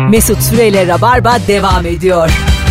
Mesut Süreyle Rabarba devam ediyor.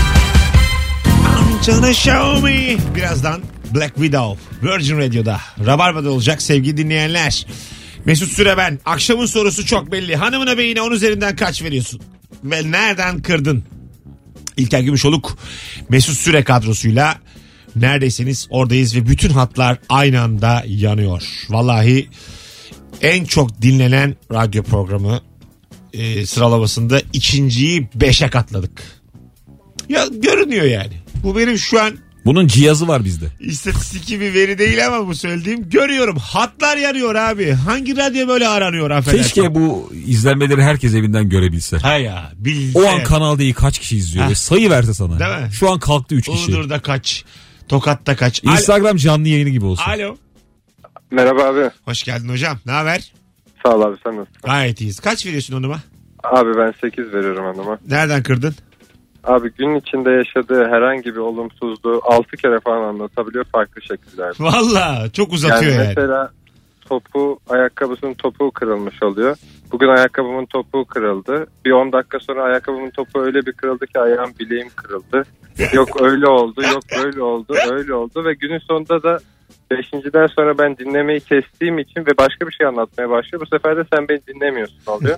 I'm gonna show me. Birazdan Black Widow Virgin Radio'da Rabarba'da olacak sevgili dinleyenler. Mesut Süre ben. Akşamın sorusu çok belli. Hanımına beyine 10 üzerinden kaç veriyorsun? Ve nereden kırdın? İlker Gümüşoluk Mesut Süre kadrosuyla neredeyseniz oradayız ve bütün hatlar aynı anda yanıyor. Vallahi en çok dinlenen radyo programı sıralamasında ikinciyi 5'e katladık. Ya görünüyor yani. Bu benim şu an bunun cihazı var bizde. İstatistik bir veri değil ama bu söylediğim. Görüyorum. Hatlar yanıyor abi. Hangi radyo böyle aranıyor affedersin? Keşke bu izlenmeleri herkes evinden görebilse. Ha ya. Bilse. O an Kanal D'yi kaç kişi izliyor ve sayı verse sana. Değil mi? Şu an kalktı 3 kişi. Iğdır'da kaç? Tokat'ta kaç? Instagram canlı yayını gibi olsun. Alo. Merhaba abi. Hoş geldin hocam. Ne haber? Sağ ol abi, sen nasılsın? Gayet iyiyiz. Kaç veriyorsun hanıma? Abi ben 8 veriyorum hanıma. Nereden kırdın? Abi gün içinde yaşadığı herhangi bir olumsuzluğu 6 kere falan anlatabiliyor farklı şekillerde. Valla çok uzatıyor yani. Mesela ayakkabısının topuğu kırılmış oluyor. Bugün ayakkabımın topuğu kırıldı. Bir 10 dakika sonra ayakkabımın topuğu öyle bir kırıldı ki ayağım bileğim kırıldı. Yok öyle oldu, yok böyle oldu, öyle oldu ve günün sonunda da 5.'den sonra ben dinlemeyi kestiğim için ve başka bir şey anlatmaya başlıyor. Bu sefer de sen beni dinlemiyorsun oluyor.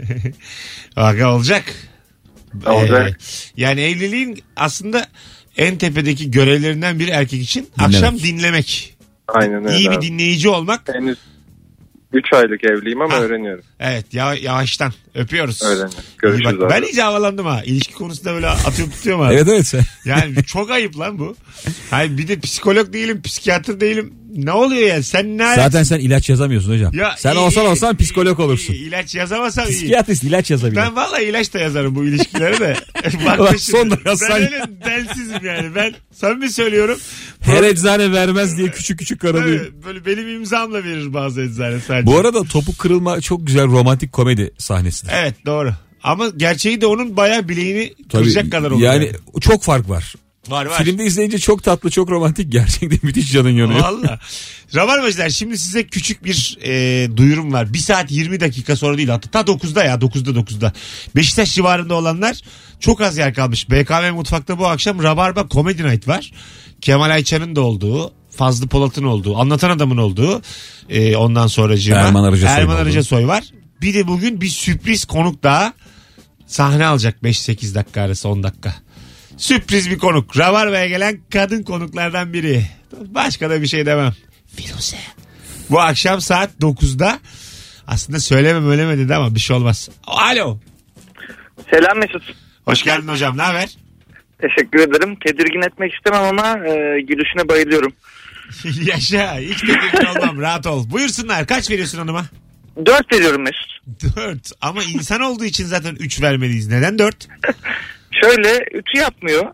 Aga olacak. Olacak. Yani evliliğin aslında en tepedeki görevlerinden biri erkek için akşam dinlemek. Aynen öyle. İyi bir abi. dinleyici olmak. Henüz 3 aylık evliyim ama öğreniyorum. Evet yavaştan öpüyoruz. Öğreniyorum. Görüşürüz abi. Ben iyice havalandım ha. İlişki konusunda böyle atıyorum tutuyorum abi. Evet. Yani çok ayıp lan bu. Hayır bir de psikolog değilim, psikiyatr değilim. Ne oluyor yani? Sen ne Zaten sen ilaç yazamıyorsun hocam. Ya, sen olsan psikolog olursun. İlaç yazamazsam iyi. Psikiyatrist ilaç yazabilir. Ben vallahi ilaç da yazarım bu ilişkilere de. Sonra yazsan. Ben öyle densizim yani. Ben samimi söylüyorum. Her eczane vermez diye küçük karalıyor. Böyle benim imzamla verir bazı eczane sadece. Bu arada topuk kırılma çok güzel romantik komedi sahnesidir. Evet doğru. Ama gerçeği de onun bayağı bileğini kıracak kadar oluyor. Yani çok fark var. Var. Filmde izleyince çok tatlı, çok romantik. Gerçekten müthiş canın yanıyor. Valla. Rabarbacılar şimdi size küçük bir duyurum var. 1 saat 20 dakika sonra değil hatta. Ta 9'da ya 9'da. Beşiktaş civarında olanlar çok az yer kalmış. BKM Mutfak'ta bu akşam Rabarba Comedy Night var. Kemal Ayça'nın da olduğu, Fazlı Polat'ın olduğu, Anlatan Adam'ın olduğu, ondan sonracığıma Erman Arıcasoy var. Bir de bugün bir sürpriz konuk daha sahne alacak 5-8 dakika arası 10 dakika. Sürpriz bir konuk. Rabarba'ya gelen kadın konuklardan biri. Başka da bir şey demem. Firuze. Bu akşam saat 9'da. Aslında söylemem dedi ama bir şey olmaz. Alo. Selam Mesut. Hoş geldin hocam. Ne haber? Teşekkür ederim. Tedirgin etmek istemem ama gülüşüne bayılıyorum. Yaşa. Hiç tedirgin olmam. Rahat ol. Buyursunlar. Kaç veriyorsun hanıma? 4 veriyorum Mesut. 4. Ama insan olduğu için zaten 3 vermeliyiz. Neden 4? Şöyle ütü yapmıyor.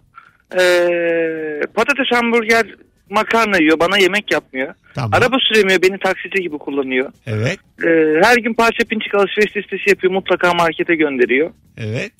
Patates, hamburger, makarna yiyor. Bana yemek yapmıyor. Tamam. Araba süremiyor. Beni taksici gibi kullanıyor. Evet. Her gün parça pinçik alışveriş listesi yapıyor. Mutlaka markete gönderiyor. Evet.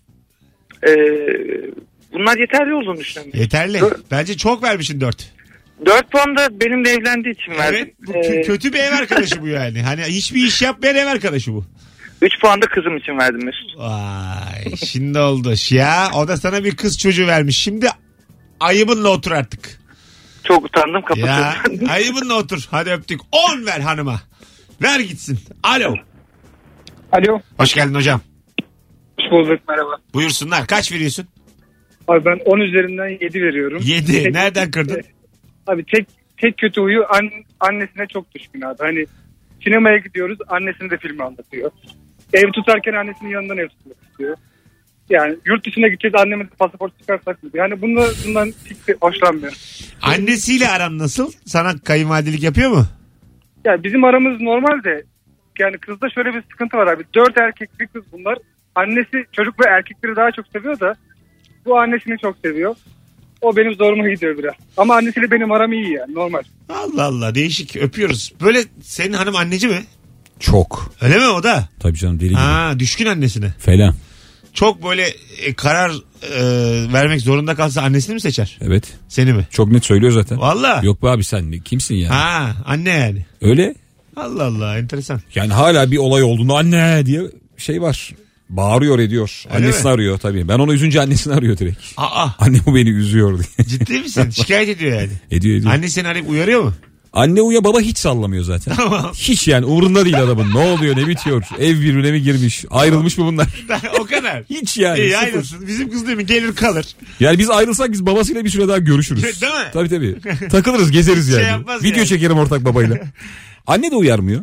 Bunlar yeterli olduğunu düşünüyorum. Yeterli. Bence çok vermişsin 4. 4 puan da benimle evlendiği için verdim. Evet. Bu kötü bir ev arkadaşı bu yani. Hani hiçbir iş yapmayan ev arkadaşı bu. 3 puan da kızım için verdim Mesut. Vay şimdi oldu. Ya o da sana bir kız çocuğu vermiş. Şimdi ayıbınla otur artık. Çok utandım, kapatıyorum. Ya ayıbınla otur. Hadi öptük. 10 ver hanıma. Ver gitsin. Alo. Alo. Hoş geldin hocam. Hoş bulduk, merhaba. Buyursunlar. Kaç veriyorsun? Abi ben 10 üzerinden 7 veriyorum. 7. Nereden kırdın? Abi tek kötü huyu annesine çok düşkün abi. Hani sinemaya gidiyoruz, annesine de filmi anlatıyor. Ev tutarken annesinin yanından ev tutmak istiyor. Yani yurt dışına gideceğiz, anneme pasaport çıkarsak mı? Yani bundan hiç hoşlanmıyorum. Annesiyle aran nasıl? Sana kayınvalidelik yapıyor mu? Yani bizim aramız normal de yani kızda şöyle bir sıkıntı var abi. 4 erkek bir kız bunlar. Annesi çocuk ve erkekleri daha çok seviyor da bu annesini çok seviyor. O benim zoruma gidiyor biraz. Ama annesiyle benim aram iyi yani, normal. Allah Allah, değişik. Öpüyoruz. Böyle senin hanım anneci mi? Çok. Öyle mi o da? Tabii canım, deli gibi. Ha, düşkün annesine. Falan. Çok böyle karar vermek zorunda kalsa annesini mi seçer? Evet. Seni mi? Çok net söylüyor zaten. Valla. Yok be abi, sen kimsin ya? Ha, anne yani. Öyle. Allah Allah, enteresan. Yani hala bir olay olduğunda anne diye şey var. Bağırıyor ediyor. Öyle Annesini mi? arıyor tabii. Ben onu üzünce annesini arıyor direkt. Aa, Annem bu beni üzüyor diye. ciddi misin? Şikayet ediyor yani. Ediyor. Anne seni arayıp uyarıyor mu? Anne uya, baba hiç sallamıyor zaten. Tamam. Hiç yani umurunda değil adamın. Ne oluyor, ne bitiyor? Ev birbirine mi girmiş? Ayrılmış mı bunlar? O kadar. Hiç yani. İyi Sıfır. ayrılsın. Bizim kız değil mi? Gelir kalır. Yani biz ayrılsak biz babasıyla bir süre daha görüşürüz. Değil mi? Tabii. Takılırız, gezeriz Hiç şey yani. yapmaz Video yani. çekerim ortak babayla. Anne de uyarmıyor.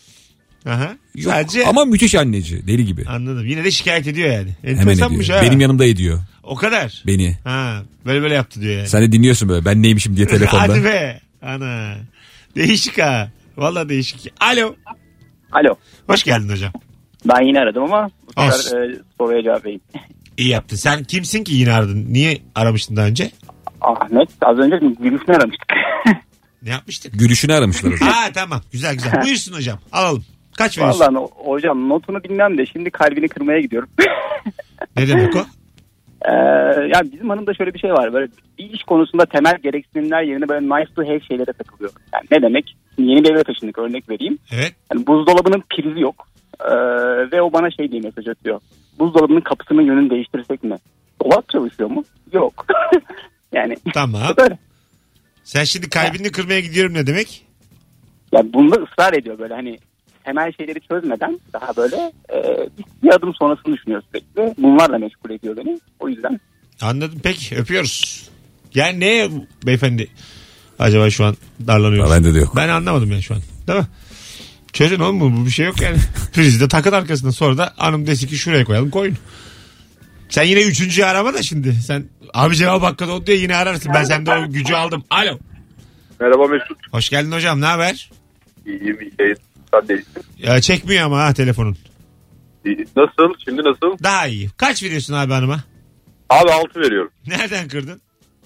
Aha. Yok. Sadece Ama müthiş anneci. Deli gibi. anladım. Yine de şikayet ediyor yani. Hemen Enteresanmış ediyor. ha. Benim yanımda ediyor. O kadar. Beni. Ha, böyle yaptı diyor yani. Sen de dinliyorsun böyle. Ben neymişim diye telefonda. Hadi be. Ana. Değişik ha. Valla değişik. Alo. Alo. Hoş geldin hocam. Ben yine aradım ama bu Olsun. sefer soruya cevap vereyim. İyi yaptın. Sen kimsin ki yine aradın? Niye aramıştın daha önce? Ahmet az önce virüsünü aramıştık. Ne yapmıştık? Gülüşünü aramışlar. o zaman. Ha tamam. Güzel. Buyursun hocam. Alalım. Kaç veriyorsun? Vallahi hocam notunu bilmem de şimdi kalbini kırmaya gidiyorum. Ne demek o? Ya bizim hanımda şöyle bir şey var. Böyle bir iş konusunda temel gereksinimler yerine böyle nice to have şeylere takılıyor. Yani ne demek? Yeni bir eve taşındık, örnek vereyim. Evet. Yani buzdolabının prizi yok. Ve o bana şey diye mesaj atıyor. Buzdolabının kapısının yönünü değiştirsek mi? Dolap çalışıyor mu? Yok. Yani Tamam. böyle. Sen şimdi kalbini kırmaya gidiyorum ne demek? Ya bunda ısrar ediyor böyle hani temel şeyleri çözmeden daha böyle bir adım sonrasını düşünüyor sürekli. Bunlarla meşgul ediyor beni. O yüzden. Anladım. Peki öpüyoruz. Yani ne beyefendi acaba şu an darlanıyor? Bende de yok. Ben anlamadım yani şu an. Değil mi? Çözün oğlum bu bir şey yok yani. Prizde takın arkasında sonra da hanım desin ki şuraya koyalım koyun. Sen yine üçüncüyü arama da şimdi. Sen abi cevap hakkında oldu diye yine ararsın. Ben sende o gücü aldım. Alo. Merhaba Mesut. Hoş geldin hocam. Ne haber? İyiyim iyi. Sen de iyisin. Ya çekmiyor ama ha telefonun. Nasıl? Şimdi nasıl? Daha iyi. Kaç veriyorsun abi hanıma? Abi 6 veriyorum. Nereden kırdın?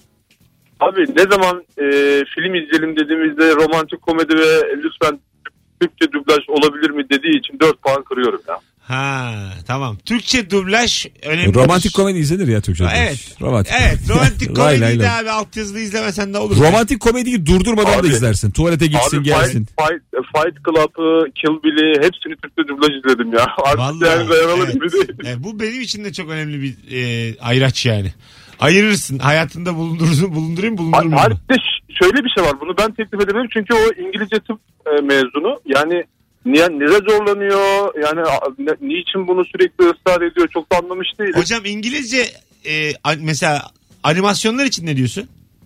Abi ne zaman film izleyelim dediğimizde romantik komedi ve lütfen Türkçe dublaj olabilir mi dediği için 4 puan kırıyorum ya. Ha tamam. Türkçe dublaj önemli. Romantik komedi izlenir ya Türkçe. Evet. Romantik. Evet. Romantik Lay komediyi lay de lay. abi altyazılı izlemesen de olur. Romantik komediyi durdurmadan da Abi- izlersin. Tuvalete gitsin Abi gelsin. Fight Club'ı, Kill Bill'i hepsini Türkçe dublaj izledim ya. Artık Vallahi, yani dayanılır evet. gibi değil. Bu benim için de çok önemli bir ayraç yani. Ayırırsın. Hayatında bulundurayım bulundurmayayım. Hatta şöyle bir şey var. Bunu ben teklif edebilirim. Çünkü o İngilizce tıp mezunu. Yani neden zorlanıyor? Yani niçin bunu sürekli ısrar ediyor? Çok da anlamış değilim. Hocam İngilizce mesela animasyonlar için ne diyorsun?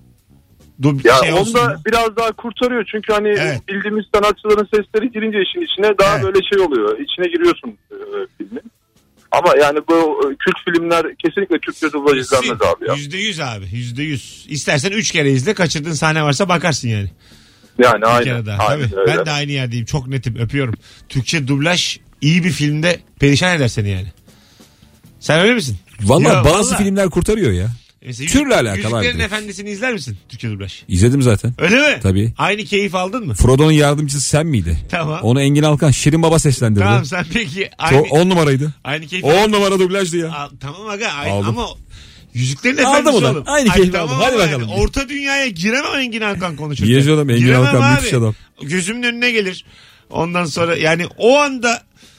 Ya şey olsun onda mu? biraz daha kurtarıyor. Çünkü hani Evet. bildiğimiz sanatçıların sesleri girince işin içine daha Evet. böyle şey oluyor. İçine giriyorsun filmin. Ama yani bu kült filmler kesinlikle Türkçe dublaj izlenmez abi ya. %100 abi. %100. İstersen 3 kere izle. Kaçırdığın sahne varsa bakarsın yani. Yani Bir aynen. kere daha. aynen Tabii. öyle. Ben de aynı yerdeyim. Çok netim. Öpüyorum. Türkçe dublaj iyi bir filmde perişan eder seni yani. Sen öyle misin? Valla Ya, bazı vallahi. filmler kurtarıyor ya. Mesela Türle alakalı Yüzüklerin abi. Efendisi'ni izler misin? Türkçe dublaj. İzledim zaten. Öyle mi? Tabii. Aynı keyif aldın mı? Frodo'nun yardımcısı sen miydi? Tamam. Onu Engin Alkan, Şirin Baba seslendirdi. Tamam sen peki aynı, Çok 10 numaraydı. aynı keyif 10 numara dublajdı ya. Tamam aga aynı, Aldım. ama Yüzüklerin Aldım Efendisi ulan. oğlum. Aynı keyfi tamam aldım. Hadi ama bakalım. yani orta dünyaya giremem Engin Alkan konuşurken. Niye canım? Engin Giremem Alkan abi. müthiş adam. Gözümün önüne gelir. Ondan sonra yani o anda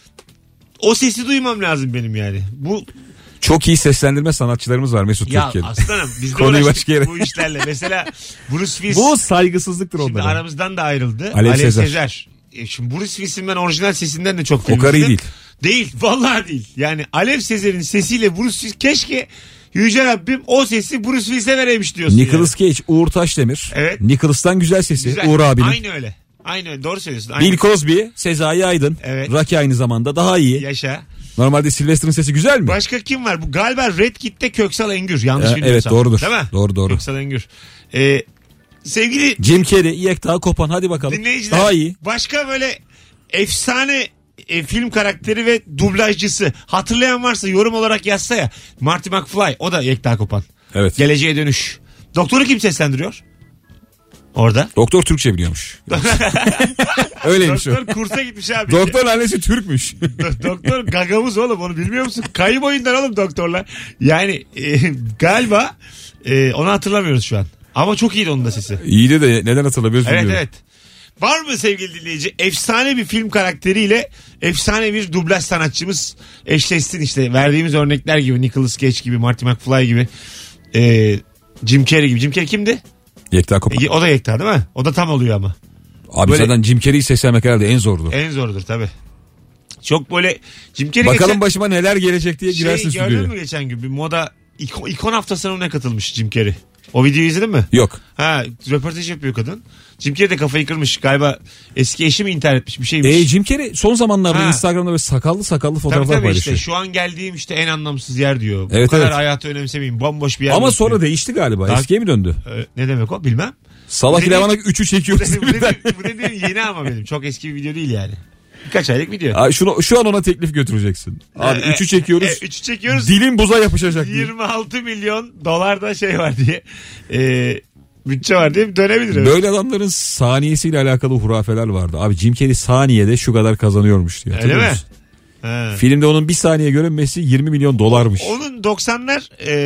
o sesi duymam lazım benim yani. Bu Çok iyi seslendirme sanatçılarımız var Mesut ya Türkiye'de. aslanım biz de Konuyu uğraştık başka yere. bu işlerle. Mesela Bruce Willis Bu saygısızlıktır şimdi onlara. aramızdan da ayrıldı. Alev Sezer. Sezer. Şimdi Bruce Willis'in ben orijinal sesinden de çok film O karı izledim. değil. Değil. Vallahi değil. Yani Alev Sezer'in sesiyle Bruce Willis keşke Yüce Rabbim o sesi Bruce Willis'e vereymiş diyorsun. Nicholas Cage, Uğur Taşdemir. Evet. Nicholas'tan güzel sesi. Güzel. Uğur abinin. Aynı öyle. Aynı öyle. Doğru söylüyorsun. Aynı. Bill Cosby, Sezai Aydın. Evet. Rocky aynı zamanda daha iyi. Yaşa. Normalde Sylvester'ın sesi güzel mi? Başka kim var? Bu galiba Red Kit'te Köksal Engür. Yanlış Evet, bilmiyorsam. doğrudur. Değil mi? Doğru. Köksal Engür. Sevgili Jim Carrey, Yekta Kopan, hadi bakalım. dinleyiciler. Daha iyi. Başka böyle efsane film karakteri ve dublajcısı hatırlayan varsa yorum olarak yazsa ya. Marty McFly, o da Yekta Kopan. Evet. Geleceğe Dönüş. Doktoru kim seslendiriyor? Orada. Doktor Türkçe biliyormuş. Öyleymiş o. Doktor kursa gitmiş abi. Doktor annesi Türkmüş. Doktor gagamız oğlum, onu bilmiyor musun? Kayıp oyundan oğlum doktorlar. Yani galiba onu hatırlamıyoruz şu an. Ama çok iyiydi onun da sesi. İyiydi de neden hatırlamıyoruz Evet bilmiyorum. evet. Var mı sevgili dinleyici? Efsane bir film karakteriyle efsane bir dublaj sanatçımız eşleşsin işte. Verdiğimiz örnekler gibi Nicolas Cage gibi, Marty McFly gibi, Jim Carrey gibi. Jim Carrey kimdi? Yekta Kopan. O da Yekta değil mi? O da tam oluyor ama. Abi Böyle- zaten Jim Carrey'i seslenmek herhalde en zordu. En zorudur tabii. Çok böyle Jim Carrey Bakalım başıma neler gelecek diye girersin gördün stüdyoya. mü geçen gün bir moda ikon haftasına ne katılmış Jim Carrey? O videoyu izledin mi? Yok. Ha, röportaj yapıyor kadın. Jim Carrey de kafayı kırmış. Galiba eski eşi mi intihar etmiş bir şeymiş. Jim Carrey son zamanlarda Ha. Instagram'da böyle sakallı Tabii fotoğraflar tabii paylaşıyor. işte şu an geldiğim işte en anlamsız yer diyor. Evet, Bu kadar evet. hayatı önemsemeyin. Bomboş bir yer. Ama bu sonra diyor. değişti galiba. Daha- Eskiye mi döndü? Ne demek o bilmem. Salak Bu ile dediğin- bana 3'ü çekiyoruz. bu dediğin yeni ama benim. Çok eski bir video değil yani. Birkaç aylık video. Aa, şu an ona teklif götüreceksin. Abi 3'ü çekiyoruz. 3'ü çekiyoruz. Dilin buza yapışacak diye. 26 milyon dolar da şey var diye. Bütçe var diye dönebilir. Evet. Böyle adamların saniyesiyle alakalı hurafeler vardı. Abi Jim Carrey saniyede şu kadar kazanıyormuş diye. Öyle Hatırlıyor mi? musun? Ha. Filmde onun bir saniye görünmesi 20 milyon dolarmış. Onun 90'lar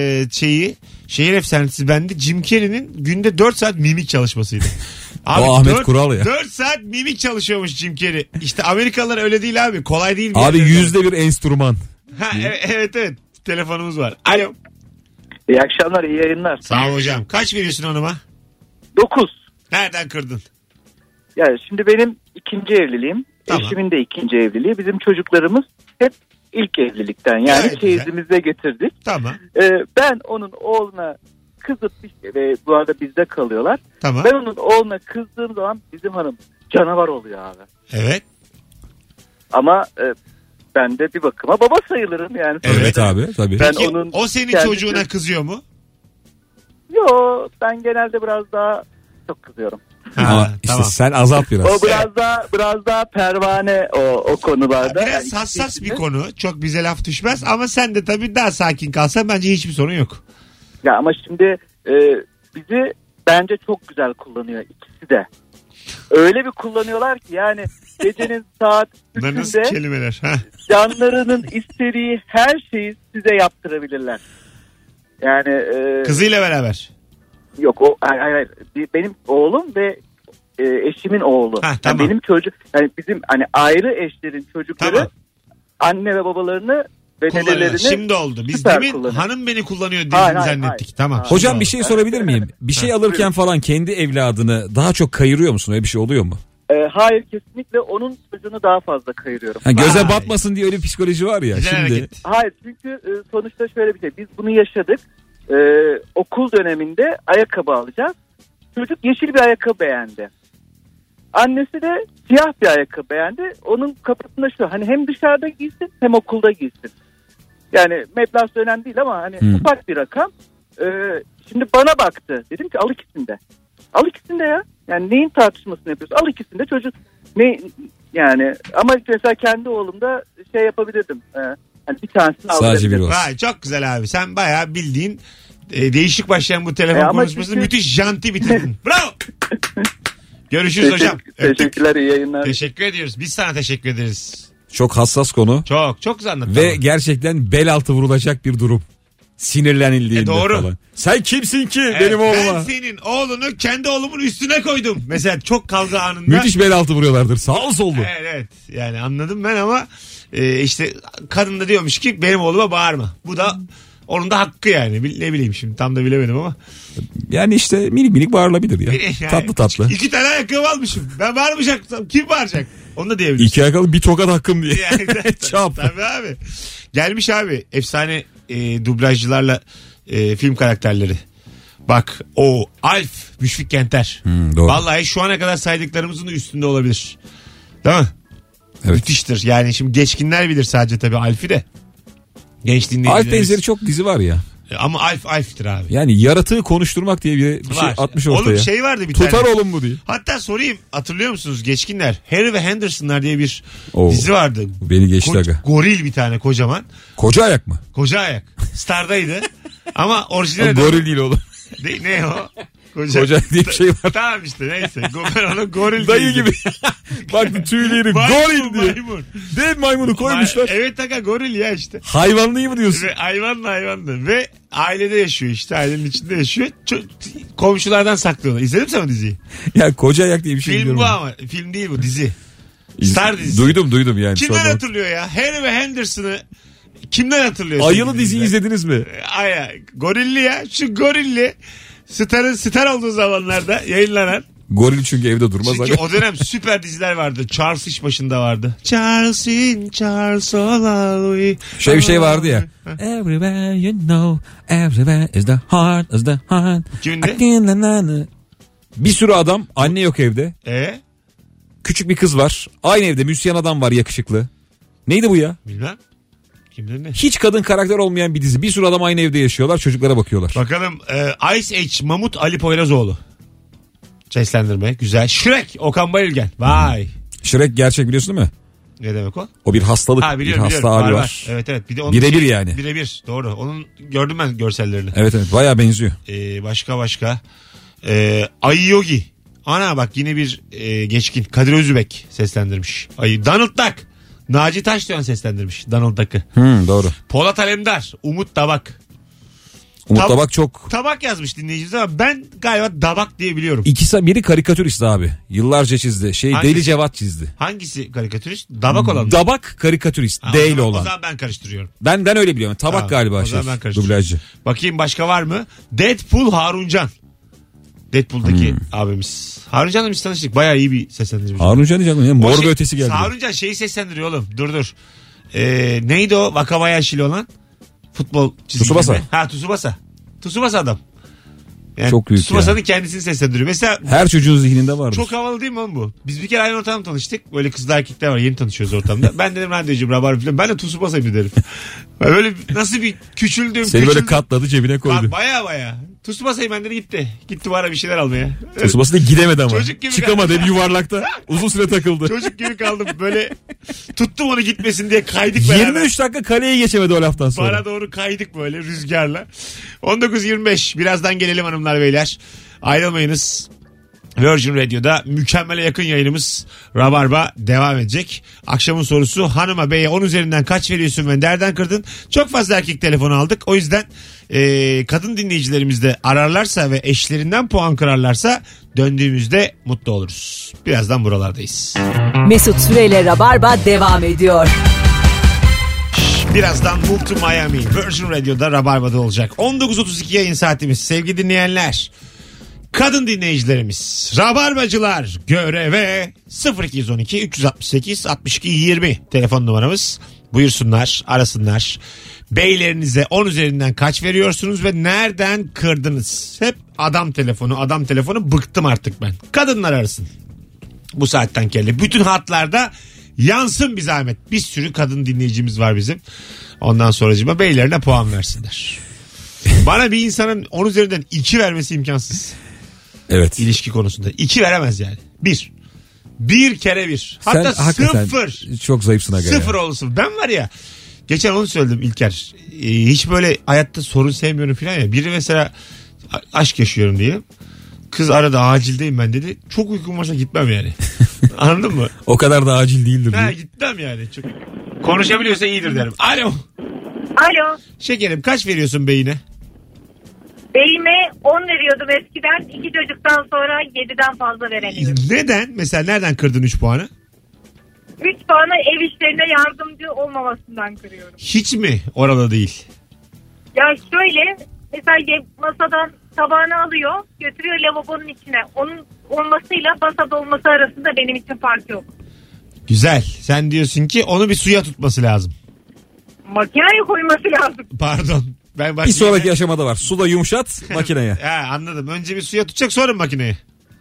şehir efsanesi bende Jim Carrey'nin günde 4 saat mimik çalışmasıydı. O Ahmet Kural ya. 4 saat mimik çalışıyormuş Jim Carrey. İşte Amerikalılar öyle değil abi. Kolay değil. Abi yerlerde. %1 enstrüman. Ha, evet. Telefonumuz var. Alo. İyi akşamlar, iyi yayınlar. Sağ ol hocam. Kaç veriyorsun hanıma? 9. Nereden kırdın? Yani şimdi benim ikinci evliliğim. Tamam. Eşimin de ikinci evliliği. Bizim çocuklarımız hep ilk evlilikten. Yani Evet, güzel. çeyizimize getirdik. Tamam. Ben onun oğluna kızıp ve bu arada bizde kalıyorlar. Tamam. Ben onun oğluna kızdığım zaman bizim hanım canavar oluyor abi. Evet. Ama ben de bir bakıma baba sayılırım yani. Evet abi tabii. Ben Peki onun o senin kendisi- çocuğuna kızıyor mu? Yo, ben genelde biraz daha çok kızıyorum. Ama işte sen azalt biraz. O biraz daha pervane o konularda. Biraz Yani hassas bir ikisi- konu. Çok bize laf düşmez ama sen de tabii daha sakin kalsan bence hiçbir sorun yok. Ya ama şimdi bizi bence çok güzel kullanıyor ikisi de. Öyle bir kullanıyorlar ki yani gecenin saat Bunlar nasıl 3'ünde kelimeler? Ha? canlarının istediği her şeyi size yaptırabilirler. Yani Kızıyla beraber. yok o hayır. Benim oğlum ve eşimin oğlu. Ha, tamam. Yani benim çocuk yani bizim hani ayrı eşlerin çocukları Tamam. anne ve babalarını ve Kullanıyor. dedelerini Şimdi oldu. Biz süper demin kullanıyor. hanım beni kullanıyor Hayır, dediğini hayır, zannettik. hayır. Tamam. Hayır. Hocam Şimdi bir oldu. şey sorabilir miyim? Bir şey alırken falan kendi evladını daha çok kayırıyor musun? Öyle bir şey oluyor mu? Hayır, kesinlikle onun çocuğunu daha fazla kayırıyorum. Ha, göze Vay. batmasın diye öyle bir psikoloji var ya. Güzel Şimdi hareket. Hayır, çünkü sonuçta şöyle bir şey. Biz bunu yaşadık. Okul döneminde ayakkabı alacağız. Çocuk yeşil bir ayakkabı beğendi. Annesi de siyah bir ayakkabı beğendi. Onun kafasında şu, hani hem dışarıda giysin hem okulda giysin. Yani meblağ önemli değil ama hani ufak bir rakam. Şimdi bana baktı. Dedim ki al ikisinde. Al ikisinde ya. Yani neyin tartışmasını yapıyorsun? Al ikisinde, çocuk ne yani, ama mesela kendi oğlumda şey yapabilirdim. Hani bir tanesini sadece bir aldırabilirim. olsun. Vay, çok güzel abi. Sen bayağı bildiğin değişik başlayan bu telefon ama konuşmasını çünkü- müthiş janti bitirdin. Bravo. Görüşürüz hocam. Öptük. Teşekkürler, iyi yayınlar. Teşekkür ediyoruz. Biz sana teşekkür ederiz. Çok hassas konu Çok güzel anlattın. ve ama. gerçekten bel altı vurulacak bir durum. Sinirlenildiğinde doğru. falan. Sen kimsin ki Evet, benim ben oğluma? senin oğlunu kendi oğlumun üstüne koydum. Mesela çok kavga anında. Müthiş bel altı vuruyorlardır. Sağ soldu. Evet yani anladım ben ama işte kadın da diyormuş ki benim oğluma bağırma. Bu da onun da hakkı yani. Ne bileyim şimdi tam da bilemedim ama. Yani işte minik minik bağırılabilir ya. Yani Tatlı tatlı. 2 tane ayakkabı almışım. Ben bağırmayacaksam kim bağıracak? Onu da diyebilirsin. İki ayakkabı bir tokat hakkım diye. Yani, Çap. Tabii abi. Gelmiş abi efsane dublajcılarla film karakterleri. Bak o Alf Müşfik Kenter. Doğru. Vallahi şu ana kadar saydıklarımızın da üstünde olabilir. Değil mi? Evet. Müthiştir. Yani şimdi geçkinler bilir sadece tabii Alf'i de. Genç dinleyicilerimiz. Alf benzeri çok dizi var ya. Ama Alf'tir abi. Yani yaratığı konuşturmak diye bir şey Var. atmış ortaya. Oğlum şey vardı bir Tutar tane. oğlum bu diye. Hatta sorayım, hatırlıyor musunuz geçkinler? Harry ve Henderson'lar diye bir Oo. dizi vardı. Beni geçti aga. Goril bir tane kocaman. Koca ayak mı? Koca ayak. Star'daydı. Ama orijinal O goril değil oğlum. Ne o? Koca diye bir şey var. Tamam işte neyse. Ben ona goril Dayı diyeceğim. gibi. Bak tüyleri goril diye. Maymun. Dev maymunu koymuşlar. Evet aga goril ya işte. Hayvanlıyı mı diyorsun? Ve hayvanlı. Ve ailede yaşıyor işte. Ailenin içinde yaşıyor. Komşulardan saklıyorlar. İzledin mi sen o diziyi? Ya koca ayak diye bir şey Film biliyorum. bu ama. Film değil bu dizi. Star dizisi. Duydum yani. Kimden sonra. hatırlıyor ya? Harry ve Henderson'ı kimden hatırlıyor? Ayılı diziyi izlediniz mi? Aya. Gorilli ya. Şu gorilli. Star olduğu zamanlarda yayınlanan. Goril çünkü evde durmaz. Çünkü o dönem süper diziler vardı. Charles iş başında vardı. Charles Olalı. Bir şey vardı ya. Everywhere you know, everywhere is the heart, is the heart. Kimindi? Bir sürü adam, anne yok evde. Küçük bir kız var. Aynı evde müzisyen adam var yakışıklı. Neydi bu ya? Bilmem. Kimdir ne? Hiç kadın karakter olmayan bir dizi. Bir sürü adam aynı evde yaşıyorlar. Çocuklara bakıyorlar. Bakalım Ice Age Mamut Ali Poyrazoğlu. Seslendirme. Güzel. Shrek Okan Bayülgen. Vay. Shrek gerçek biliyorsun değil mi? Ne demek o? O bir hastalık. Biliyorum, bir hasta abi var. Evet. Bir de onun Birebir yani. Birebir. Doğru. Onun gördüm ben görsellerini. Evet bayağı benziyor. Başka. Ayı Yogi. Ana bak yine bir geçkin. Kadir Özübek seslendirmiş. Donald Duck. Naci Taşdoğan seslendirmiş Donald Duck'ı. Doğru. Polat Alemdar. Umut Tabak. Umut Tabak çok... Tabak yazmış dinleyicimiz ama ben galiba Dabak diye biliyorum. Biri karikatürist abi. Yıllarca çizdi. Deli Cevat çizdi. Hangisi karikatürist? Dabak olan mı? Dabak karikatürist. Değil olan. O zaman ben karıştırıyorum. Ben öyle biliyorum. Tabak galiba dublajcı. Bakayım başka var mı? Deadpool Haruncan. Deadpool'daki abimiz. Haruncan'la biz tanıştık. Bayağı iyi bir seslendirmiş. Haruncan diyeceğim. Mor ve ötesi geldi. Haruncan seslendiriyor oğlum. Dur. Neydi o? Wakabayashi'li olan? Futbol çizgi Tsubasa. Tsubasa. Tsubasa adam. Yani çok büyük Tsubasa'nın kendisini seslendiriyor. Mesela her çocuğun zihninde vardır. Çok havalı değil mi oğlum bu? Biz bir kere aynı ortamda tanıştık. Böyle kızlar erkekler var. Yeni tanışıyoruz ortamda. Ben dedim radyocum Rabar falan. Ben de Tsubasa'yım derim. Böyle nasıl bir küçüldüm. Seni böyle katladı cebine koydu. Baya. Tsubasa'yım ben de gitti. Gitti bana bir şeyler almaya. Tsubasa da gidemedi ama. Çıkamadı hep yuvarlakta. Uzun süre takıldı. Çocuk gibi kaldım. Böyle tuttum onu gitmesin diye kaydık beraber. 23 dakika kaleye geçemedi o laftan sonra. Bana doğru kaydık böyle rüzgarla. 19.25 birazdan gelelim hanımlar beyler. Ayrılmayınız. Virgin Radio'da mükemmele yakın yayınımız Rabarba devam edecek. Akşamın sorusu hanıma beye 10 üzerinden kaç veriyorsun ve nereden kırdın? Çok fazla erkek telefonu aldık. O yüzden kadın dinleyicilerimiz de ararlarsa ve eşlerinden puan kırarlarsa döndüğümüzde mutlu oluruz. Birazdan buralardayız. Mesut Süreyle Rabarba devam ediyor. Birazdan Move to Miami Virgin Radio'da Rabarba'da olacak. 19.32 yayın saatimiz sevgili dinleyenler. Kadın dinleyicilerimiz, Rabarbacılar göreve 0212 368 62 20 telefon numaramız. Buyursunlar, arasınlar. Beylerinize 10 üzerinden kaç veriyorsunuz ve nereden kırdınız? Hep adam telefonu bıktım artık ben. Kadınlar arasın. Bu saatten kelli. Bütün hatlarda yansın bir zahmet. Bir sürü kadın dinleyicimiz var bizim. Ondan sonracığıma beylerine puan versinler. Bana bir insanın 10 üzerinden 2 vermesi imkansız. Evet. İlişki konusunda. 2 veremez yani. 1. Bir kere 1. Hatta sen 0. Çok zayıfsın aga. 0 olsun. Ben var ya. Geçen onu söyledim İlker. Hiç böyle hayatta sorun sevmiyorum falan ya. Biri mesela aşk yaşıyorum diye. Kız arada acildeyim ben dedi. Çok uykum varsa gitmem yani. Anladın mı? O kadar da acil değildir. Gitmem yani. Çok... Konuşabiliyorsa iyidir derim. Alo. Alo. Şekerim kaç veriyorsun beyine? Beyime 10 veriyordum eskiden. 2 çocuktan sonra 7'den fazla veremiyorum. Neden? Mesela nereden kırdın 3 puanı? 3 puanı ev işlerine yardımcı olmamasından kırıyorum. Hiç mi orada değil? Ya şöyle mesela masadan tabağını alıyor götürüyor lavabonun içine. Onun olmasıyla masada olması arasında benim için fark yok. Güzel. Sen diyorsun ki onu bir suya tutması lazım. Makineye koyması lazım. Pardon. Bir sonraki aşamada var. Suda yumuşat makineye. Anladım. Önce bir suya tutacak sonra makineye.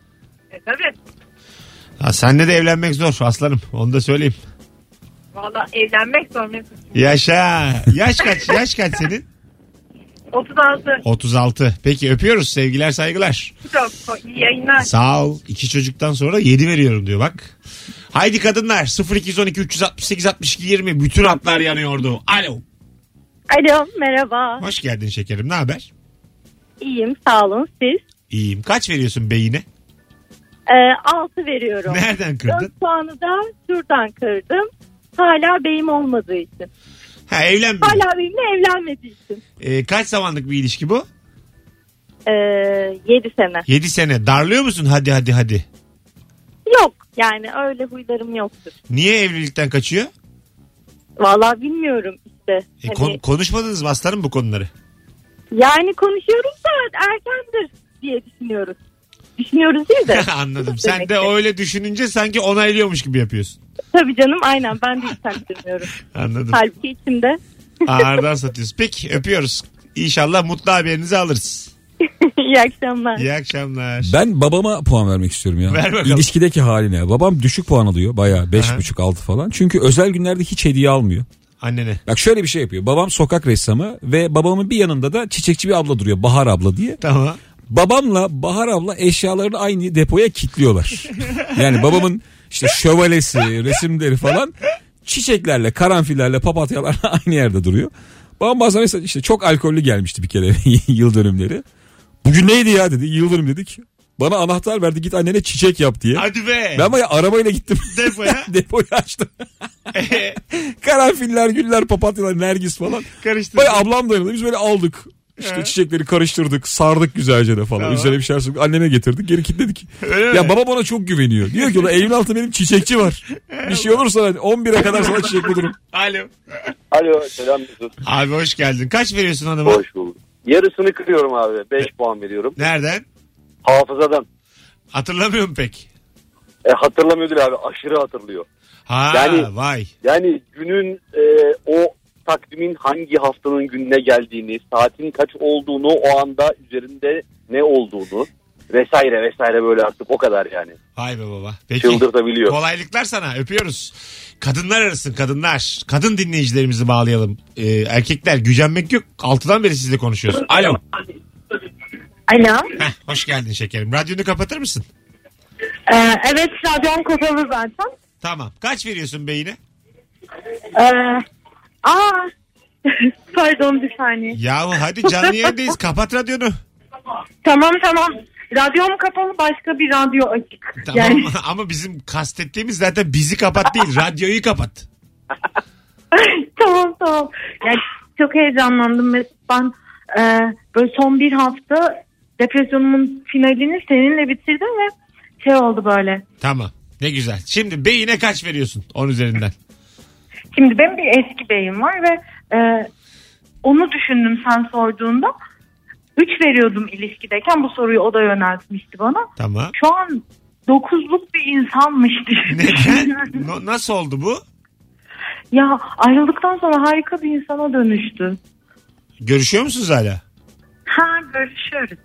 Tabii. Seninle de evlenmek zor aslanım. Onu da söyleyeyim. Valla evlenmek zor Mesut. Yaşa. Yaş kaç senin? 36. 36. Peki öpüyoruz. Sevgiler saygılar. Çok iyi yayınlar. Sağ ol. 2 çocuktan sonra 7 veriyorum diyor bak. Haydi kadınlar 0212 368 62 20 bütün hatlar yanıyordu. Alo. Alo merhaba. Hoş geldin şekerim. Ne haber? İyiyim sağ olun siz. İyiyim. Kaç veriyorsun beyine? 6 veriyorum. Nereden kırdın? 4 puanı da şuradan kırdım. Hala beyim olmadığı için. Ha, evlenmedi. Hala benimle evlenmediği için. Kaç zamanlık bir ilişki bu? 7 sene. 7 sene. Darlıyor musun? Hadi. Yok yani öyle huylarım yoktur. Niye evlilikten kaçıyor? Vallahi bilmiyorum işte. Konuşmadınız mı aslanım bu konuları? Yani konuşuyoruz da erkendir diye düşünüyoruz. Düşünüyoruz değil de. Anladım. Sen de öyle düşününce sanki onaylıyormuş gibi yapıyorsun. Tabii canım aynen ben de hiç çaktırmıyorum. Anladım. Halbuki içimde. Ağırdan satıyoruz. Peki öpüyoruz. İnşallah mutlu haberinizi alırız. İyi akşamlar. İyi akşamlar. Ben babama puan vermek istiyorum ya. Ver bakalım. İlişkideki haline. Babam düşük puan alıyor bayağı 5,5-6 falan. Çünkü özel günlerde hiç hediye almıyor. Annene. Bak şöyle bir şey yapıyor. Babam sokak ressamı ve babamın bir yanında da çiçekçi bir abla duruyor. Bahar abla diye. Tamam. Babamla Bahar abla eşyalarını aynı depoya kilitliyorlar. Yani babamın işte şövalesi, resimleri falan çiçeklerle, karanfillerle, papatyalarla aynı yerde duruyor. Babam bazen mesela işte çok alkollü gelmişti bir kere yıl dönümleri. Bugün neydi ya dedi, yıl dönüm dedik. Bana anahtar verdi, git annene çiçek yap diye. Hadi be. Ben bayağı arabayla gittim. Depoya. Depoyu açtım. Karanfiller, güller, papatyalar, nergis falan. Karıştırdık. Bayağı ablam dayandı. Biz böyle aldık. İşte çiçekleri karıştırdık, sardık güzelce de falan. Tamam. Üzerine bir şeyler sürdük. Anneme getirdik, geri kilitledik. Öyle Ya mi? baba bana çok güveniyor. Diyor ki evin altında benim çiçekçi var. Bir şey olursa 11'e kadar sana çiçek bulurum. Alo. Alo, selam Mesut. Abi hoş geldin. Kaç veriyorsun hanıma? Hoş bulduk. Yarısını kırıyorum abi. 5 puan veriyorum. Nereden? Hafızadan. Hatırlamıyorum pek. Hatırlamıyor değil abi. Aşırı hatırlıyor. Ha Yani, vay. Yani günün o takvimin hangi haftanın gününe geldiğini, saatin kaç olduğunu, o anda üzerinde ne olduğunu vesaire böyle artık o kadar yani. Vay be baba. Peki. Çıldırtabiliyor. Kolaylıklar sana. Öpüyoruz. Kadınlar arasın kadınlar. Kadın dinleyicilerimizi bağlayalım. Erkekler gücenmek yok. 6'dan beri sizle konuşuyoruz. Alo. Alo. Hoş geldin şekerim. Radyonu kapatır mısın? Evet radyom kapalı zaten. Tamam. Kaç veriyorsun beyine? Pardon bir saniye. Yahu hadi canlı yayındayız. Kapat radyonu. Tamam. Radyom kapalı, başka bir radyo açık. Tamam Yani... ama bizim kastettiğimiz zaten bizi kapat değil. Radyoyu kapat. Tamam. Yani çok heyecanlandım Mesut. Ben böyle son bir hafta depresyonumun finalini seninle bitirdim ve şey oldu böyle. Tamam. Ne güzel. Şimdi beyine kaç veriyorsun 10 üzerinden? Şimdi benim bir eski beyim var ve onu düşündüm sen sorduğunda. 3 veriyordum ilişkideyken, bu soruyu o da yöneltmişti bana. Tamam. Şu an 9'luk bir insanmış Neden? Nasıl oldu bu? Ya ayrıldıktan sonra harika bir insana dönüştü. Görüşüyor musunuz hala? Görüşüyoruz.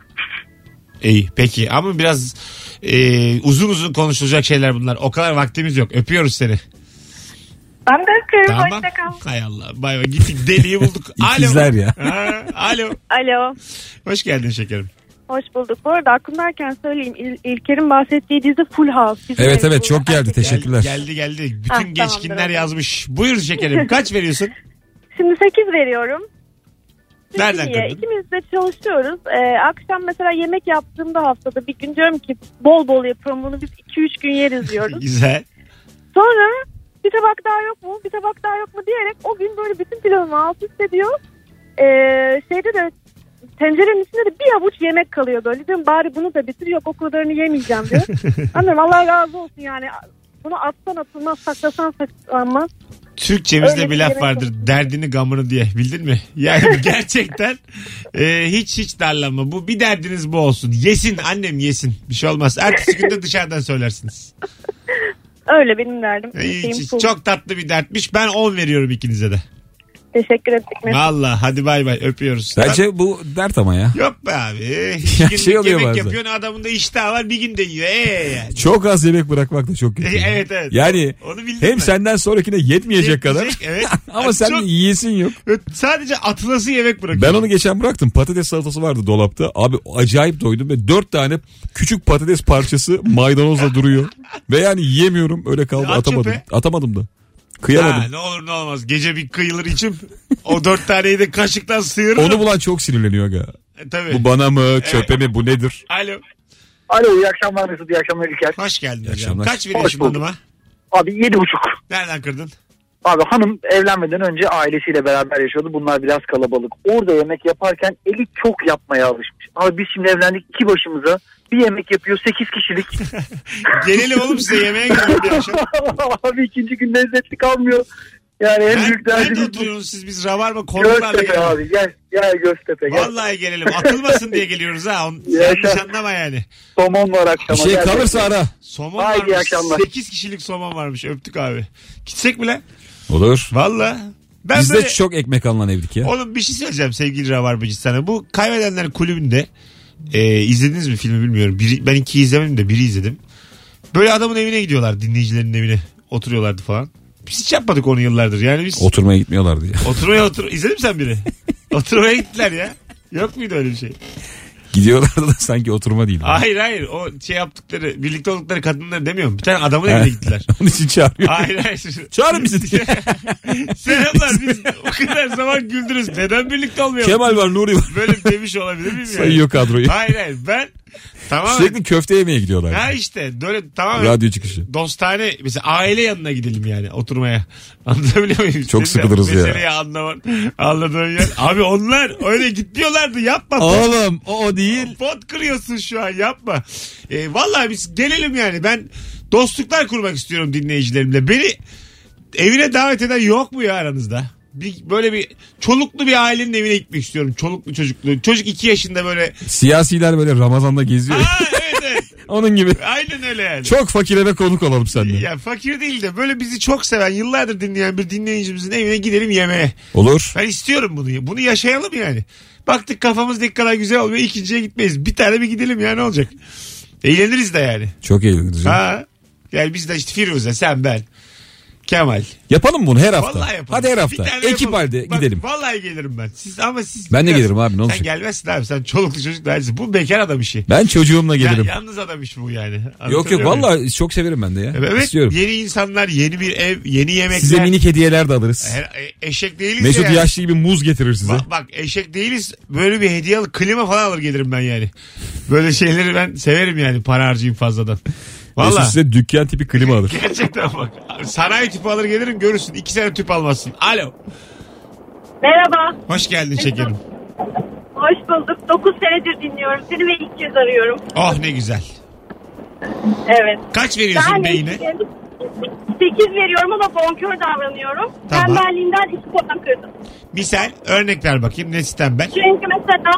İyi peki ama biraz uzun konuşulacak şeyler bunlar. O kadar vaktimiz yok. Öpüyoruz seni. Ben de öpüyorum. Tamam. Hoşçakal. Hay Allah. Bay bay. Gittik deliği bulduk. İkizler Alo. ya. Alo. Alo. Hoş geldin şekerim. Hoş bulduk. Bu arada aklımdayken söyleyeyim. İlker'in bahsettiği dizi Full House. Bizim Evet çok geldi. Teşekkürler. Geldi. Bütün geçkinler yazmış. Buyur şekerim. Kaç veriyorsun? Şimdi 8 veriyorum. Nereden kırdın? İkimiz de çalışıyoruz. Akşam mesela yemek yaptığımda haftada bir gün diyorum ki bol bol yapıyorum bunu, biz 2-3 gün yeriz diyoruz. Güzel. Sonra bir tabak daha yok mu? Bir tabak daha yok mu diyerek o gün böyle bütün pilavımı alt üst ediyor. Şeyde de tencerenin içinde de bir avuç yemek kalıyor böyle. Diyorum bari bunu da bitir, yok o kadarını yemeyeceğim diyor. Anladım, Allah razı olsun yani. Bunu atsan atılmaz, saklasan saklanmaz. Türkçemizde Öyle bir laf yemek vardır. Derdini gamını diye. Bildin mi? Yani gerçekten hiç darlanma. Bu bir derdiniz bu olsun. Yesin annem yesin. Bir şey olmaz. Ertesi günde dışarıdan söylersiniz. Öyle benim derdim. Çok tatlı bir dertmiş. Ben 10 veriyorum ikinize de. Teşekkür ettik. Valla hadi bay bay öpüyoruz. Bence bu dert ama ya. Yok be abi. Şey oluyor yemek bazen. yapıyorsun, adamın da iştahı var, bir gün de yiyor. Yani. Çok az yemek bırakmak da çok kötü. Evet. Yani hem senden sonrakine yetmeyecek kadar. Evet. Ama sen de yiyesin yok. Sadece atılası yemek bırakıyor. Ben onu geçen bıraktım. Patates salatası vardı dolapta. Abi acayip doydum ve 4 tane küçük patates parçası maydanozla duruyor. Ve yani yiyemiyorum. Öyle kaldı. Atamadım da. Kıyamadım. Ne olur ne olmaz. Gece bir kıyılır içim. O 4 taneyi de kaşıktan sıyırırım. Onu bulan çok sinirleniyor aga. Tabii. Bu bana mı çöpe mi bu nedir? Alo. Alo, iyi akşamlar Mesut, iyi akşamlar İlker. Hoş geldin hocam. akşamlar. Kaç veriyorsun hanıma? Abi 7,5. Nereden kırdın? Abi hanım evlenmeden önce ailesiyle beraber yaşıyordu. Bunlar biraz kalabalık. Orada yemek yaparken eli çok yapmaya alışmış. Abi biz şimdi evlendik 2 başımıza. Bir yemek yapıyor 8 kişilik. Gelelim oğlum size yemeğe gidelim bir akşam. Abi ikinci gün lezzetli kalmıyor. Yani en büyük Nerede derdimiz oturuyorsunuz siz? Biz Rabarba konuklarla Göztepe gelelim. abi, gel Göztepe gel. Vallahi gelelim. Atılmasın diye geliyoruz ha. Yaşa. Yanlış anlama yani. Somon var akşama. Bir şey kalırsa ara. Somon Haydi varmış. akşamlar. 8 kişilik somon varmış. Öptük abi. Gitsek mi lan? Olur. Valla. Ben Biz böyle... de çok ekmek alınan evdik ya. Oğlum bir şey söyleyeceğim sevgili Rabarbacı sana. Bu Kaybedenler Kulübü'nde izlediniz mi filmi bilmiyorum. Ben 2'yi izlemedim de 1'i izledim. Böyle adamın evine gidiyorlar, dinleyicilerin evine. Oturuyorlardı falan. Biz hiç yapmadık onu yıllardır. Yani biz Oturmaya gitmiyorlardı ya. İzledin mi sen biri? Oturmaya gittiler ya. Yok muydu öyle bir şey? Gidiyorlardı da sanki oturma değil. Hayır. O şey yaptıkları, birlikte oldukları kadınları demiyorum. Bir tane adamın evine gittiler. Onun için çağırıyor. Hayır. Çağırın bizi diye. Selamlar, biz o kadar zaman güldürürüz. Neden birlikte olmayalım? Kemal var, Nuri var. Böyle demiş olabilir miyim yani? Sayıyor kadroyu. Hayır. Ben tamamen... Sürekli köfte yemeye gidiyorlar. Ha işte böyle tamamen... Radyo çıkışı. Dostane mesela aile yanına gidelim yani oturmaya. Anlatabiliyor muyum? Çok sıkılırız ya. Meseleyi anladığın yer. Abi onlar öyle gitmiyorlardı, yapma. Oğlum o değil. Pot kırıyorsun şu an, yapma. Vallahi biz gelelim yani. Ben dostluklar kurmak istiyorum dinleyicilerimle. Beni evine davet eden yok mu ya aranızda? Böyle bir çoluklu bir ailenin evine gitmek istiyorum. Çoluklu çocuklu. Çocuk 2 yaşında böyle. Siyasiler böyle Ramazan'da geziyor. Evet. Onun gibi. Aynen öyle yani. Çok fakir eve konuk olalım seninle. Ya fakir değil de böyle bizi çok seven, yıllardır dinleyen bir dinleyicimizin evine gidelim yemeğe. Olur. Ben istiyorum bunu. Bunu yaşayalım yani. Baktık kafamızdaki kadar güzel olmuyor. İkinciye gitmeyiz. Bir tane bir gidelim ya, ne olacak? Eğleniriz de yani. Çok eğleniriz. Ha. Yani biz de işte Firuze, sen, ben, Kemal. Yapalım bunu her hafta. Vallahi yapalım. Hadi her hafta. Ekip yapalım. halde Bak, gidelim. Vallahi gelirim ben. Siz Ben de gelirim abi, ne olacak? Sen gelmezsin abi. Sen çoluklu çocuklu ailesin. Bu bekar adam işi. Ben çocuğumla gelirim. Yalnız adam işi bu yani. Yok vallahi çok severim ben de ya. Evet. İstiyorum. Yeni insanlar, yeni bir ev, yeni yemekler. Size minik hediyeler de alırız. Eşek değiliz Mesut yani. yaşlı gibi muz getirir size. Bak eşek değiliz. Böyle bir hediye alır, klima falan alır gelirim ben yani. Böyle şeyleri ben severim yani, para harcayayım fazladan. Mesut Valla. size dükkan tipi klima alır. Gerçekten bak. Sanayi tüpü alır gelirim, görürsün. 2 sene tüp almazsın. Alo. Merhaba. Hoş geldin şekerim. Hoş bulduk. 9 senedir dinliyorum seni ve ilk kez arıyorum. Oh ne güzel. Evet. Kaç veriyorsun beyine? 8 veriyorum ama bonkör davranıyorum. Tamam. Tembelliğinden 2 puan kırdım. Misal örnek ver bakayım, ne tembel? Çünkü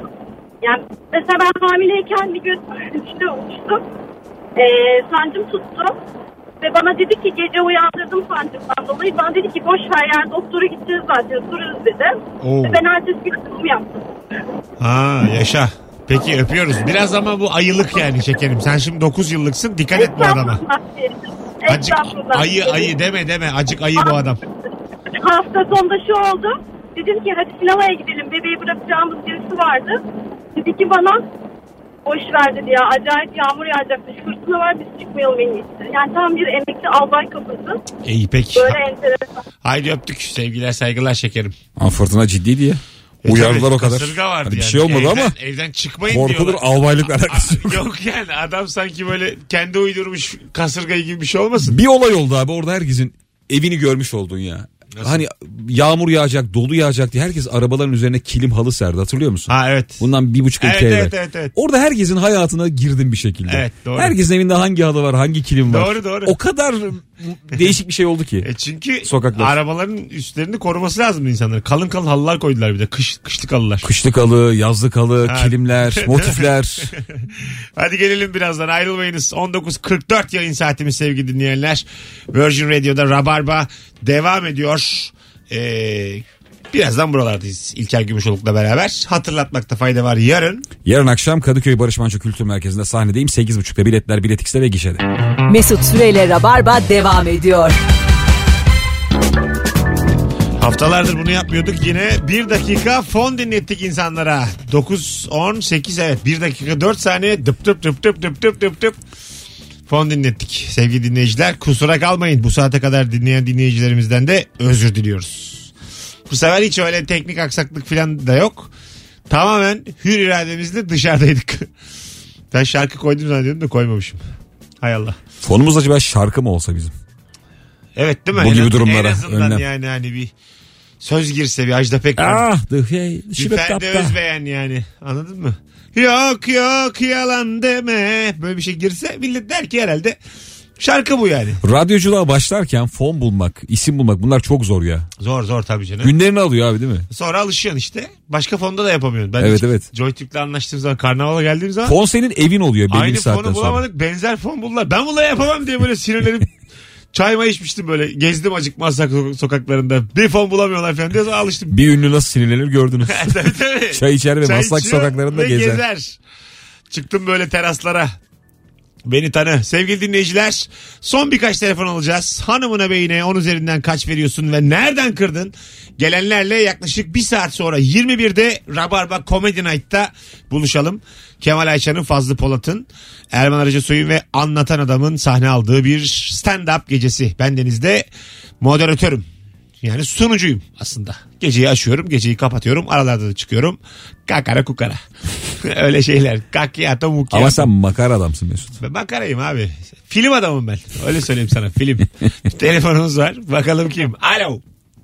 mesela ben hamileyken bir gün uçtum. Sancım tuttu. Ve bana dedi ki, gece uyandırdım sancımdan dolayı. Bana dedi ki boş ver ya, doktora gideceğiz zaten, sorarız dedi. Oo. Ve ben ertesi gün doğum yaptım. Ha yaşa. Peki öpüyoruz. Biraz ama bu ayılık yani şekerim. Sen şimdi 9 yıllıksın, dikkat et bu adama. Acık ayı deme. Acık ayı bu adam. Hafta sonunda şu oldu. Dedim ki hadi sinemaya gidelim. Bebeği bırakacağımız birisi vardı. Dedi ki bana, boş ver dedi ya, acayip yağmur yağacakmış, fırtına var, biz çıkmayalım en iyisi. Yani tam bir emekli albay kafası. İyi peki. Böyle enteresan. Haydi öptük. Sevgiler saygılar şekerim. Ama fırtına ciddiydi ya. Uyardılar o kadar. Kasırga vardı hani yani. Bir şey olmadı ama. Evden çıkmayın korkulur, diyorlar. albaylıkla alakası yok. Yok yani adam sanki böyle kendi uydurmuş kasırga gibi bir şey olmasın. Bir olay oldu abi, orada herkesin evini görmüş oldun ya. Nasıl? Hani yağmur yağacak, dolu yağacak diye herkes arabaların üzerine kilim halı serdi, hatırlıyor musun? Ha evet. Bundan 1,5-2 ay evvel. Evet. Orada herkesin hayatına girdim bir şekilde. Evet doğru. Herkesin evinde hangi halı var, hangi kilim var. Doğru. O kadar değişik bir şey oldu ki. Çünkü sokaklar. Arabaların üstlerini koruması lazım insanların. Kalın halılar koydular bir de. Kışlık halılar. Kışlık halı, yazlık halı, kilimler, motifler. Hadi gelelim birazdan, ayrılmayınız. 19.44 yayın saatimiz sevgili dinleyenler. Virgin Radio'da Rabarba devam ediyor. Birazdan buralardayız İlker Gümüşoluk'la beraber. Hatırlatmakta fayda var, yarın akşam Kadıköy Barış Manço Kültür Merkezi'nde sahnedeyim. 8.30'da biletler Bilet X'te ve gişede. Mesut Süreyle Rabarba devam ediyor. Haftalardır bunu yapmıyorduk. Yine 1 dakika fon dinlettik insanlara. 9, 10, 8 evet. 1 dakika 4 saniye dıp dıp fon dinlettik. Sevgili dinleyiciler, kusura kalmayın. Bu saate kadar dinleyen dinleyicilerimizden de özür diliyoruz. Bu sefer hiç öyle teknik aksaklık falan da yok. Tamamen hür irademizle dışarıdaydık. Ben şarkı koydum zannediyorum da koymamışım. Hay Allah. Fonumuz acaba şarkı mı olsa bizim? Evet değil mi? Bu gibi durumlara en azından önlem. yani hani bir söz girse, bir Ajda Pekkan. Bir Ferdi Özbeğen yani. Anladın mı? Yok yok yalan deme. Böyle bir şey girse millet der ki herhalde şarkı bu yani. Radyoculuğa başlarken fon bulmak, isim bulmak, bunlar çok zor ya. Zor tabii canım. Günlerini alıyor abi değil mi? Sonra alışıyorsun işte. Başka fonda da yapamıyorsun. Ben Evet. JoyTürk'le anlaştığım zaman, karnavala geldiğim zaman. Fon senin evin oluyor belli bir aynı saatten fonu sonra. bulamadık. Benzer fon buldular. Ben bunları yapamam diye böyle sinirlenip çayma içmiştim böyle. Gezdim acık Maslak sokaklarında. Bir fon bulamıyorlar falan diye alıştım. Bir ünlü nasıl sinirlenir gördünüz. Tabii. Çay içer ve Maslak içiyor sokaklarında ve gezer. Çıktım böyle teraslara. Beni tanı. Sevgili dinleyiciler, son birkaç telefon alacağız. Hanımına beyine 10 üzerinden kaç veriyorsun ve nereden kırdın? Gelenlerle yaklaşık bir saat sonra 21'de Rabarba Comedy Night'ta buluşalım. Kemal Ayça'nın, Fazlı Polat'ın, Erman Arıcısoy'un ve Anlatan Adam'ın sahne aldığı bir stand-up gecesi. Bendeniz de moderatörüm. Yani sunucuyum aslında. Geceyi açıyorum, geceyi kapatıyorum. Aralarda da çıkıyorum. Kakara kukara. Öyle şeyler. Kakyato mukyato. Ama sen makara adamsın Mesut. Ben makarayım abi. Film adamım ben. Öyle söyleyeyim sana, film. Telefonumuz var. Bakalım kim? Alo.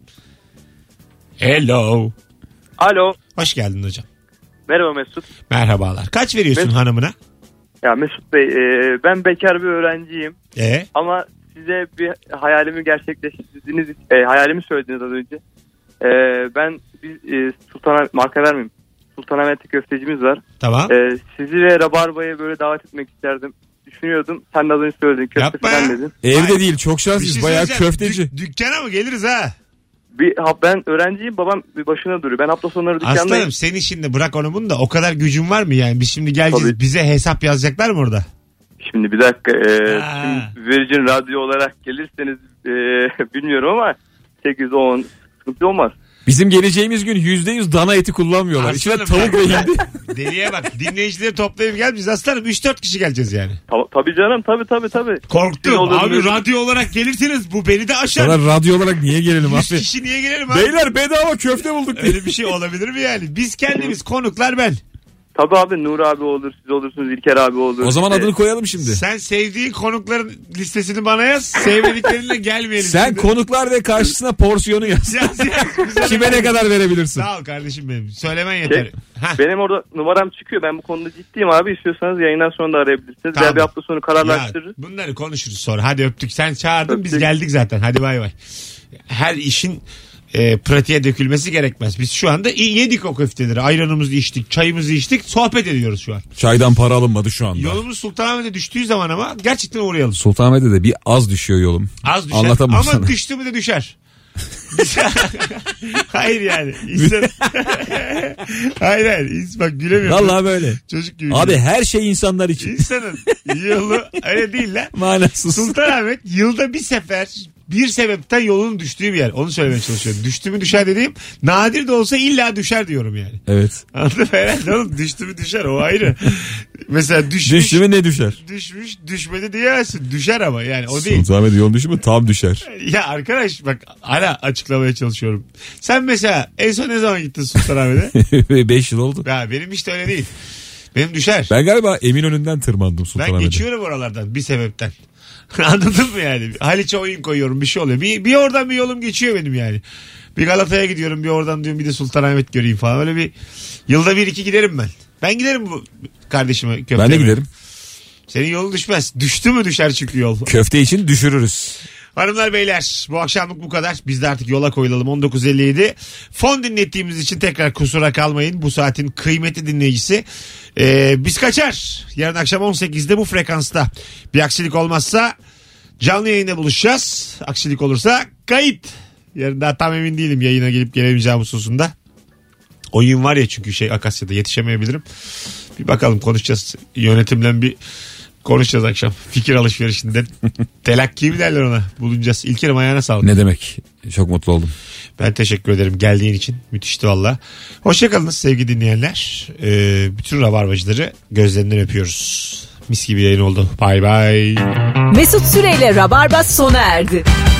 Hello. Alo. Hoş geldin hocam. Merhaba Mesut. Merhabalar. Kaç veriyorsun hanımına? Ya Mesut Bey, ben bekar bir öğrenciyim. Ama size bir hayalimi gerçekleştirdiğiniz, hayalimi söylediniz az önce. Ben marka vermeyeyim. Sultanahmet'te köftecimiz var. Tamam. Sizi ve Rabarba'ya böyle davet etmek isterdim. Düşünüyordum. Sen de az önce söyledin. Köfte falan dedin. Evde değil, çok şanslıyız. Bayağı köfteci. Dükkana mı geliriz ha? Ben öğrenciyim, babam bir başına duruyor. Ben hafta sonları dükkandayım. Aslanım senin şimdi bırak onu bunu da, o kadar gücün var mı yani? Biz şimdi geleceğiz, Tabii. bize hesap yazacaklar mı orada? Şimdi bir dakika. Şimdi Virgin Radyo olarak gelirseniz bilmiyorum ama 8-10 sıkıntı olmaz. Bizim geleceğimiz gün %100 dana eti kullanmıyorlar. İçine tavuk ve hindi. Deliye bak, dinleyicileri toplayıp gelmeyeceğiz. Aslanım 3-4 kişi geleceğiz yani. Tabii canım, tabii. Korktum abi, radyo olarak gelirsiniz bu beni de aşar. Sana radyo olarak niye gelelim 100 abi? kişi niye gelelim abi? Beyler bedava köfte bulduk diye. Öyle bir şey olabilir mi yani? Biz kendimiz konuklar, ben. Tabii abi, Nur abi olur, siz olursunuz, İlker abi olur. O zaman adını koyalım şimdi. Sen sevdiğin konukların listesini bana yaz. Sevmediklerinle gelmeyelim. Sen şimdi. konuklar ve karşısına porsiyonu yaz. Kime ne kadar verebilirsin? Sağ ol kardeşim benim. Söylemen yeter. Benim orada numaram çıkıyor. Ben bu konuda ciddiyim abi. İstiyorsanız yayından sonra da arayabilirsiniz. Tamam. Veya bir hafta sonu kararlaştırırız. Bunları konuşuruz sonra. Hadi öptük. Sen çağırdın, biz geldik zaten. Hadi bay bay. Her işin pratiğe dökülmesi gerekmez. Biz şu anda yedik o köfteleri. Ayranımızı içtik, çayımızı içtik. Sohbet ediyoruz şu an. Çaydan para alınmadı şu anda. Yolumuz Sultanahmet'e düştüğü zaman ama gerçekten uğrayalım. Sultanahmet'te de bir az düşüyor yolum. Az düşer Anlatamam ama sana. düştü mü de düşer. Hayır yani. Hayır. Bak gülemiyorum. Vallahi böyle. Çocuk gibi. Abi her şey insanlar için. İnsanın yolu öyle değil lan. Manasız. Sultanahmet yılda bir sefer bir sebepten yolun düştüğü bir yer. Onu söylemeye çalışıyorum. Düştü mü düşer dediğim, nadir de olsa illa düşer diyorum yani. Evet. Anladın mı? Herhalde oğlum, düştü mü düşer, o ayrı. Mesela düşmüş. Düştü mü ne düşer? Düşmüş, düşmedi diyemezsin. Düşer ama yani o değil. Sultanahmet yolun düşü mü tam düşer. Ya arkadaş bak, hala açıklamaya çalışıyorum. Sen mesela en son ne zaman gittin Sultanahmet'e? 5 yıl oldu. Ya benim işte öyle değil. Benim düşer. Ben galiba Eminönü'nden tırmandım Ben Sultanahmet'e. geçiyorum oralardan bir sebepten. Anladın mı yani? Haliç'e oyun koyuyorum, bir şey oluyor. Bir oradan bir yolum geçiyor benim yani. Bir Galata'ya gidiyorum, bir oradan diyorum, bir de Sultanahmet göreyim falan. Öyle bir yılda 1-2 giderim ben. Ben giderim bu kardeşime köfteye. Ben de giderim. Senin yolun düşmez. Düştü mü düşer çünkü yol. Köfte için düşürürüz. Hanımlar beyler, bu akşamlık bu kadar. Biz de artık yola koyulalım. 19.57. Fon dinlettiğimiz için tekrar kusura kalmayın. Bu saatin kıymetli dinleyicisi. Biz kaçar. Yarın akşam 18'de bu frekansta. Bir aksilik olmazsa canlı yayında buluşacağız. Aksilik olursa kayıt. Yarın daha tam emin değilim yayına gelip gelemeyeceğim hususunda. Oyun var ya çünkü Akasya'da, yetişemeyebilirim. Bir bakalım, konuşacağız. Yönetimle bir konuşacağız akşam. Fikir alışverişinde. Telakki mi derler ona? Bulunacağız. İlker'im ayağına sağlık. Ne demek? Çok mutlu oldum. Ben teşekkür ederim geldiğin için. Müthişti valla. Hoşçakalınız sevgili dinleyenler. Bütün rabarbacıları gözlerinden öpüyoruz. Mis gibi yayın oldu. Bay bay. Mesut Süreyle Rabarba sona erdi.